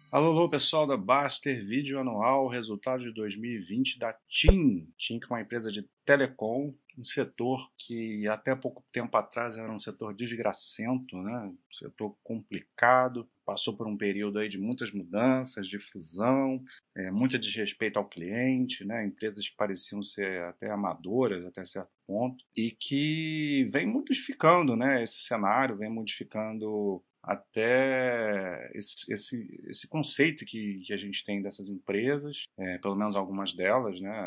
Alô, alô, pessoal da Baster, vídeo anual, resultado de 2020 da TIM. TIM, que é uma empresa de telecom, um setor que até pouco tempo atrás era um setor desgracento, né? Um setor complicado, passou por um período aí de muitas mudanças, de fusão, muito desrespeito ao cliente, né? Empresas que pareciam ser até amadoras até certo ponto, e que vem modificando, né? Esse cenário, vem modificando até esse conceito que a gente tem dessas empresas, pelo menos algumas delas, né,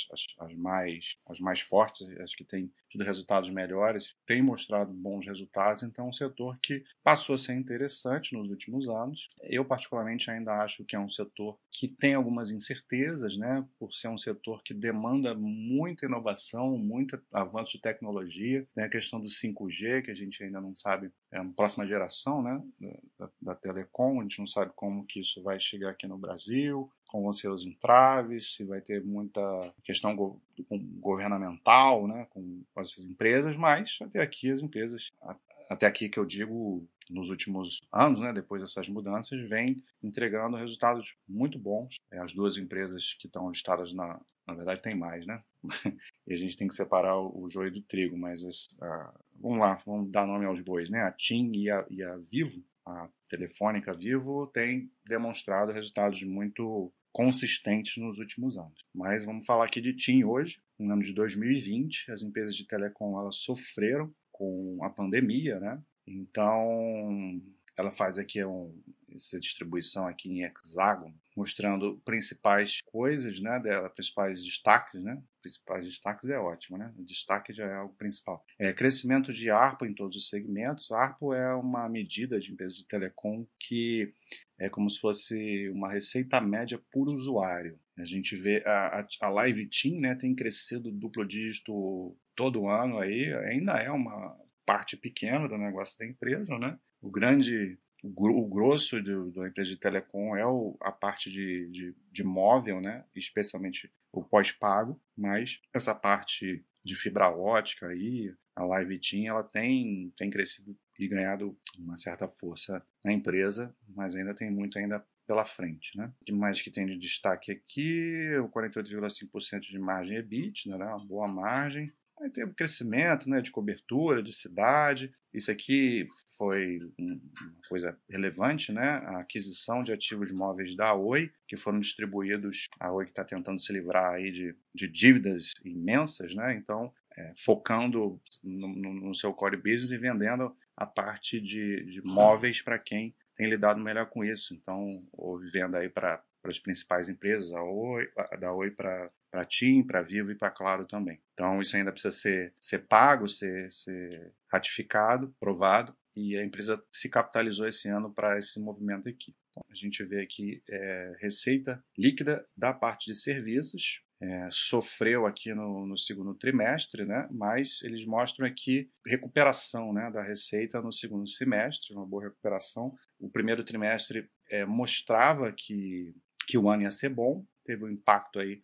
as mais fortes, as que têm tido resultados melhores, têm mostrado bons resultados, então é um setor que passou a ser interessante nos últimos anos. Eu, particularmente, ainda acho que é um setor que tem algumas incertezas, né, por ser um setor que demanda muita inovação, muito avanço de tecnologia. Tem a questão do 5G, que a gente ainda não sabe, é uma próxima geração, né, da telecom, a gente não sabe como que isso vai chegar aqui no Brasil, como vão ser os entraves, se vai ter muita questão governamental, né, com essas empresas, mas até aqui as empresas, até aqui que eu digo nos últimos anos, né, depois dessas mudanças, vem entregando resultados muito bons. As duas empresas que estão listadas na verdade tem mais, né? E a gente tem que separar o joio do trigo, mas vamos lá, vamos dar nome aos bois, né? A TIM e a Vivo, a Telefônica Vivo, tem demonstrado resultados muito consistentes nos últimos anos. Mas vamos falar aqui de TIM hoje, no ano de 2020, as empresas de telecom elas sofreram com a pandemia, né? Então, ela faz aqui essa distribuição aqui em hexágono, mostrando principais coisas, né, dela, principais destaques, né? Principais destaques é ótimo, né? O destaque já é algo principal. Crescimento de ARPU em todos os segmentos. A ARPU é uma medida de empresas de telecom que é como se fosse uma receita média por usuário. A gente vê a Live Team, né, tem crescido duplo dígito todo ano aí, ainda é uma parte pequena do negócio da empresa, né? O grosso da empresa de telecom é a parte de móvel, né? Especialmente o pós-pago, mas essa parte de fibra ótica aí, a Live Team, ela tem crescido e ganhado uma certa força na empresa, mas ainda tem muito ainda pela frente, né? O que mais que tem de destaque aqui? O 48,5% de margem EBITDA, né? Uma boa margem. Aí tem o crescimento, né, de cobertura, de cidade. Isso aqui foi uma coisa relevante, né? A aquisição de ativos móveis da Oi, que foram distribuídos. A Oi que está tentando se livrar aí de dívidas imensas, né? Então, focando no seu core business e vendendo a parte de móveis para quem tem lidado melhor com isso. Então, houve venda aí para as principais empresas, da Oi para TIM, para Vivo e para Claro também. Então, isso ainda precisa ser pago, ser ratificado, provado, e a empresa se capitalizou esse ano para esse movimento aqui. Então, a gente vê aqui receita líquida da parte de serviços, sofreu aqui no segundo trimestre, né? Mas eles mostram aqui recuperação, né, da receita no segundo semestre, uma boa recuperação. O primeiro trimestre mostrava que o ano ia ser bom, teve um impacto aí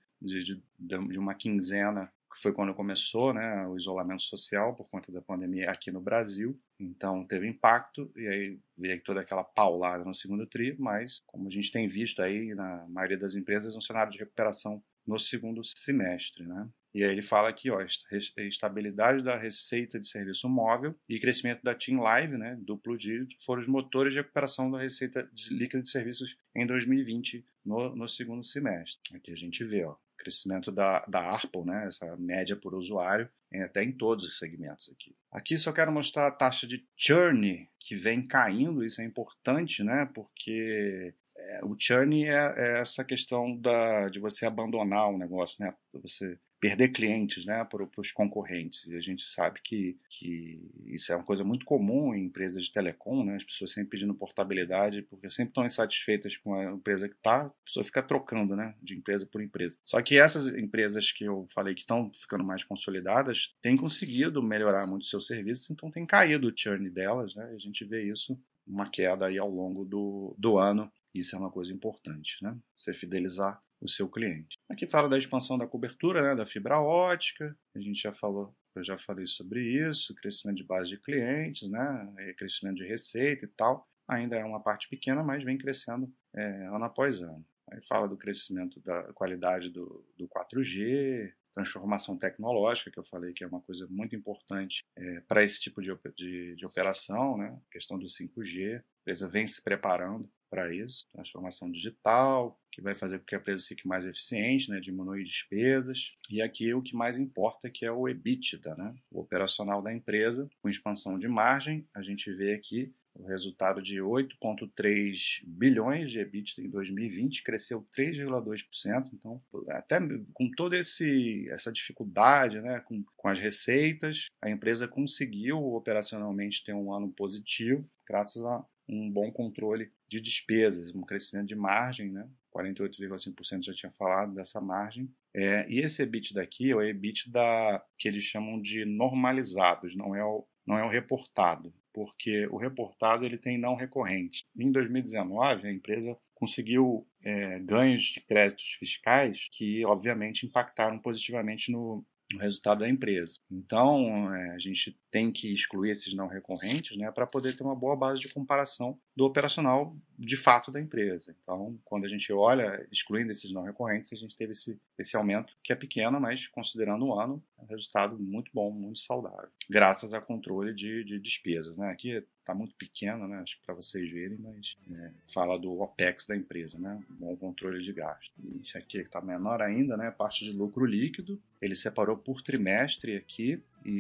de uma quinzena, que foi quando começou, né, o isolamento social por conta da pandemia aqui no Brasil. Então teve impacto e aí veio toda aquela paulada no segundo tri, mas como a gente tem visto aí na maioria das empresas, um cenário de recuperação no segundo semestre, né? E aí ele fala aqui, ó, estabilidade da receita de serviço móvel e crescimento da Team Live, né, duplo dígito, foram os motores de recuperação da receita líquida de serviços em 2020 no segundo semestre. Aqui a gente vê, ó, crescimento da ARPU, né, essa média por usuário, até em todos os segmentos aqui. Aqui só quero mostrar a taxa de churn, que vem caindo, isso é importante, né, porque o churn é essa questão de você abandonar o negócio, né? Você perder clientes, né, para os concorrentes. E a gente sabe que isso é uma coisa muito comum em empresas de telecom, né? As pessoas sempre pedindo portabilidade, porque sempre estão insatisfeitas com a empresa que está, a pessoa fica trocando, né, de empresa por empresa. Só que essas empresas que eu falei que estão ficando mais consolidadas têm conseguido melhorar muito o seu serviço, então tem caído o churn delas, né? E a gente vê isso, uma queda aí ao longo do ano. Isso é uma coisa importante, né? Você fidelizar o seu cliente. Aqui fala da expansão da cobertura, né, da fibra ótica. A gente já falou, eu já falei sobre isso, crescimento de base de clientes, né, crescimento de receita e tal. ainda é uma parte pequena, mas vem crescendo ano após ano. Aí fala do crescimento da qualidade do 4G, transformação tecnológica, que eu falei que é uma coisa muito importante para esse tipo de operação, né? A questão do 5G, a empresa vem se preparando para isso, transformação digital, que vai fazer com que a empresa fique mais eficiente, né? Diminuir despesas. E aqui o que mais importa que é o EBITDA, né? O operacional da empresa, com expansão de margem, a gente vê aqui o resultado de 8,3 bilhões de EBITDA em 2020 cresceu 3,2%. Então, até com toda essa dificuldade, né, com as receitas, a empresa conseguiu operacionalmente ter um ano positivo, graças a um bom controle de despesas, um crescimento de margem, né? 48,5% já tinha falado dessa margem. E esse EBITDA daqui é o EBITDA que eles chamam de normalizados, não é o reportado, porque o reportado ele tem não recorrente. Em 2019, a empresa conseguiu ganhos de créditos fiscais que, obviamente, impactaram positivamente no resultado da empresa. Então, a gente tem que excluir esses não recorrentes, né, para poder ter uma boa base de comparação do operacional de fato da empresa. Então, quando a gente olha, excluindo esses não recorrentes, a gente teve esse aumento que é pequeno, mas considerando o ano, é um resultado muito bom, muito saudável, graças a controle de despesas, né? Aqui está muito pequeno, né? Acho que para vocês verem, mas fala do OPEX da empresa, né? Bom controle de gasto. Isso aqui está menor ainda, né? Parte de lucro líquido, ele separou por trimestre aqui,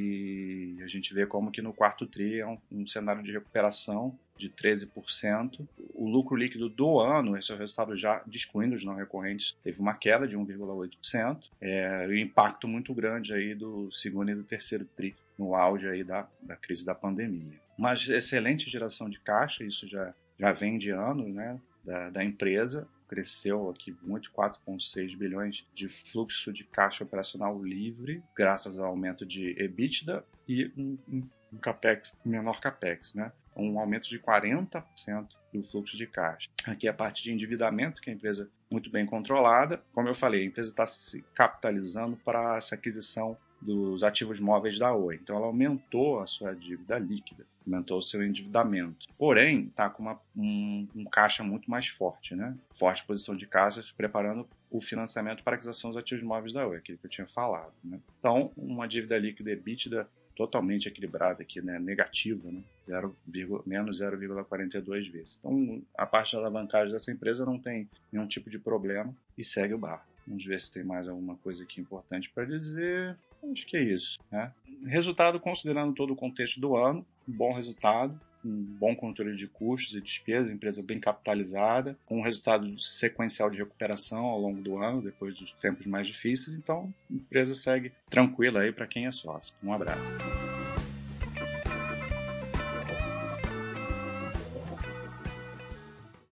e a gente vê como que no quarto tri é um cenário de recuperação de 13%. O lucro líquido do ano, esse é o resultado já excluindo os não recorrentes, teve uma queda de 1,8%. E um impacto muito grande aí do segundo e do terceiro tri, no auge aí da crise da pandemia. Mas excelente geração de caixa, isso já vem de ano, né, da empresa. Cresceu aqui muito, 4,6 bilhões de fluxo de caixa operacional livre, graças ao aumento de EBITDA e um capex, menor capex, né? Um aumento de 40% do fluxo de caixa. Aqui é a parte de endividamento, que é a empresa muito bem controlada. Como eu falei, a empresa está se capitalizando para essa aquisição dos ativos móveis da Oi. Então, ela aumentou a sua dívida líquida, aumentou o seu endividamento. Porém, está com um caixa muito mais forte, né? Forte posição de caixa, preparando o financiamento para a aquisição dos ativos móveis da Oi, aquilo que eu tinha falado, né? Então, uma dívida líquida EBITDA totalmente equilibrada aqui, né? Negativa, né? Menos 0,42 vezes. Então, a parte da alavancagem dessa empresa não tem nenhum tipo de problema e segue o barco. Vamos ver se tem mais alguma coisa aqui importante para dizer. Acho que é isso, né? Resultado, considerando todo o contexto do ano, um bom resultado, um bom controle de custos e despesas, empresa bem capitalizada, com um resultado sequencial de recuperação ao longo do ano, depois dos tempos mais difíceis. Então, a empresa segue tranquila aí para quem é sócio. Um abraço.